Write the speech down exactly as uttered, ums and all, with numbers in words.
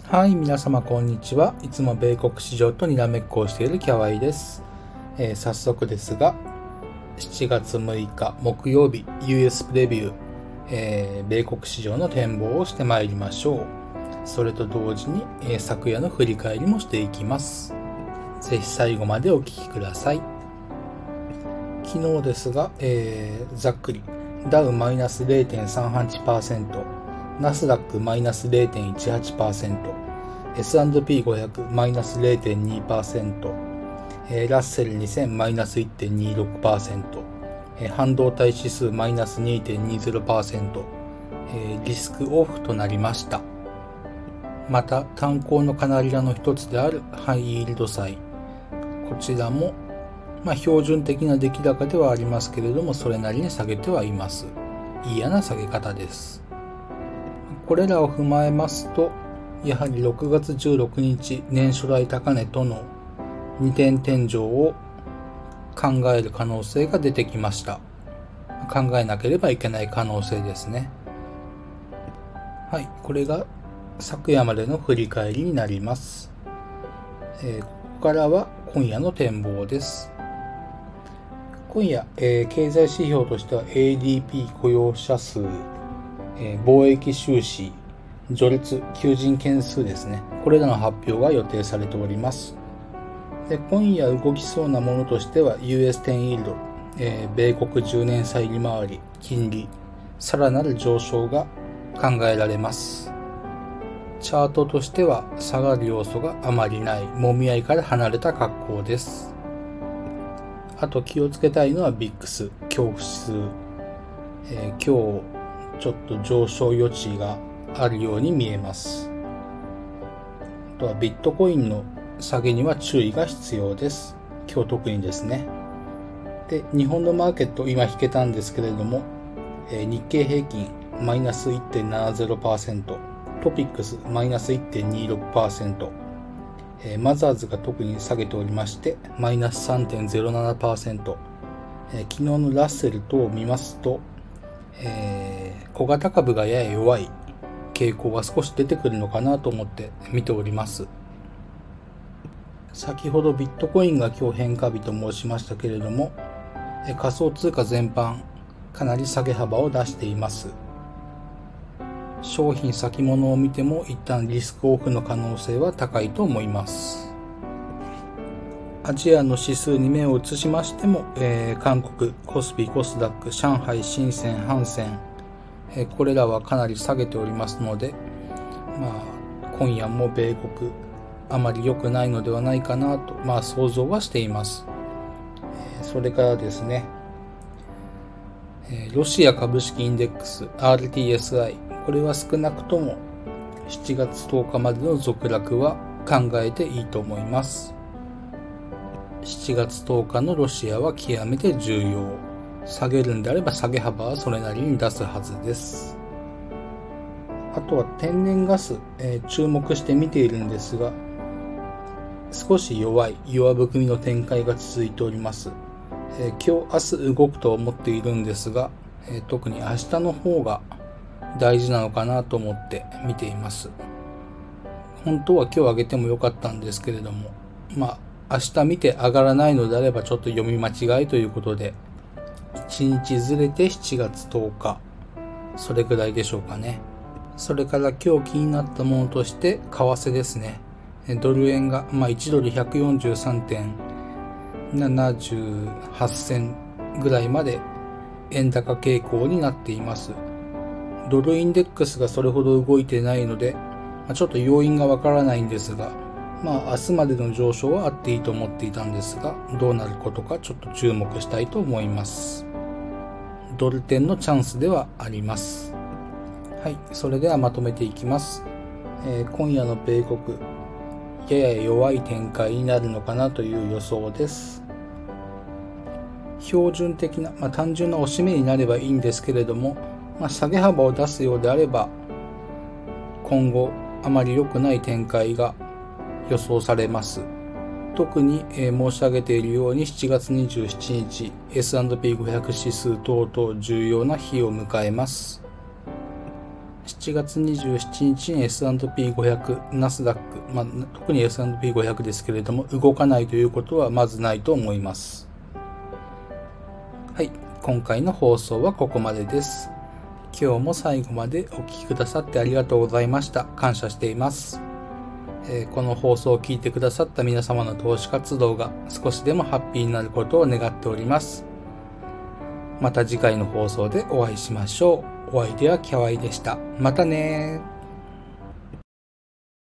はい、皆様こんにちは。いつも米国市場とにらめっこをしているキャワイです。えー、早速ですが、しちがつむいか木曜日 ユーエス プレビュー、えー、米国市場の展望をしてまいりましょう。それと同時に、えー、昨夜の振り返りもしていきます。ぜひ最後までお聞きください。昨日ですが、えー、ざっくりダウマイナス ゼロてんさんはちパーセント、ナスダックマイナス ゼロてんいちはちパーセント、エスアンドピーごひゃく マイナス ゼロてんにパーセント、ラッセルにせんマイナス いってんにろくパーセント、半導体指数マイナス にてんにゼロパーセント、リスクオフとなりました。また炭鉱のカナリアの一つであるハイイールド債、こちらもまあ標準的な出来高ではありますけれども、それなりに下げてはいます。嫌な下げ方です。これらを踏まえますと、やはりろくがつじゅうろくにち年初来高値とのにてん天井を考える可能性が出てきました。考えなければいけない可能性ですね。はい、これが昨夜までの振り返りになります。えー、ここからは今夜の展望です。今夜、えー、経済指標としては エーディーピー 雇用者数、えー、貿易収支、序列、求人件数ですね。これらの発表が予定されております。で、今夜動きそうなものとしては ユーエスじゅう イールド、えー、米国じゅうねん債利回り、金利、さらなる上昇が考えられます。チャートとしては下がる要素があまりない、もみ合いから離れた格好です。あと気をつけたいのはビックス、恐怖指数、えー、今日ちょっと上昇余地があるように見えます。あとはビットコインの下げには注意が必要です。今日特にですね。で、日本のマーケット今引けたんですけれども、えー、日経平均マイナス いってんななゼロパーセント、トピックスマイナス いってんにろくパーセント、えー、マザーズが特に下げておりましてマイナス さんてんゼロななパーセント、えー、昨日のラッセル等を見ますと、えー、小型株がやや弱い傾向が少し出てくるのかなと思って見ております。先ほどビットコインが今日変化日と申しましたけれども、えー、仮想通貨全般かなり下げ幅を出しています。商品先物を見ても一旦リスクオフの可能性は高いと思います。アジアの指数に目を移しましても、えー、韓国、コスピ、コスダック、上海、深セン、ハンセン、えー、これらはかなり下げておりますので、まあ、今夜も米国あまり良くないのではないかなと、まあ、想像はしています。えー、それからですね、えー、ロシア株式インデックス アールティーエスアイ、これは少なくともしちがつとおかまでの続落は考えていいと思います。しちがつとおかのロシアは極めて重要。下げるんであれば下げ幅はそれなりに出すはずです。あとは天然ガス、えー、注目して見ているんですが、少し弱い弱含みの展開が続いております。えー、今日明日動くと思っているんですが、えー、特に明日の方が大事なのかなと思って見ています。本当は今日上げてもよかったんですけれども、まあ明日見て上がらないのであればちょっと読み間違いということで、いちにちずれてしちがつとおか、それくらいでしょうかね。それから今日気になったものとして為替ですね。ドル円が、まあ、いちドルひゃくよんじゅうさんてんななじゅうはちせんぐらいまで円高傾向になっています。ドルインデックスがそれほど動いてないので、ちょっと要因がわからないんですが、まあ明日までの上昇はあっていいと思っていたんですが、どうなることかちょっと注目したいと思います。ドル転のチャンスではあります。はい、それではまとめていきます。えー、今夜の米国、やや弱い展開になるのかなという予想です。標準的な、まあ、単純な押し目になればいいんですけれども、まあ、下げ幅を出すようであれば今後あまり良くない展開が予想されます。特に、えー、申し上げているようにしちがつにじゅうしちにち エスアンドピーごひゃく 指数等々重要な日を迎えます。 しちがつにじゅうしちにちに エスアンドピーごひゃく、ナスダック、まあ、特に エスアンドピーごひゃく ですけれども、動かないということはまずないと思います。はい、今回の放送はここまでです。今日も最後までお聞きくださってありがとうございました。感謝しています。えー、この放送を聞いてくださった皆様の投資活動が少しでもハッピーになることを願っております。また次回の放送でお会いしましょう。お相手はキャワイでした。またねー。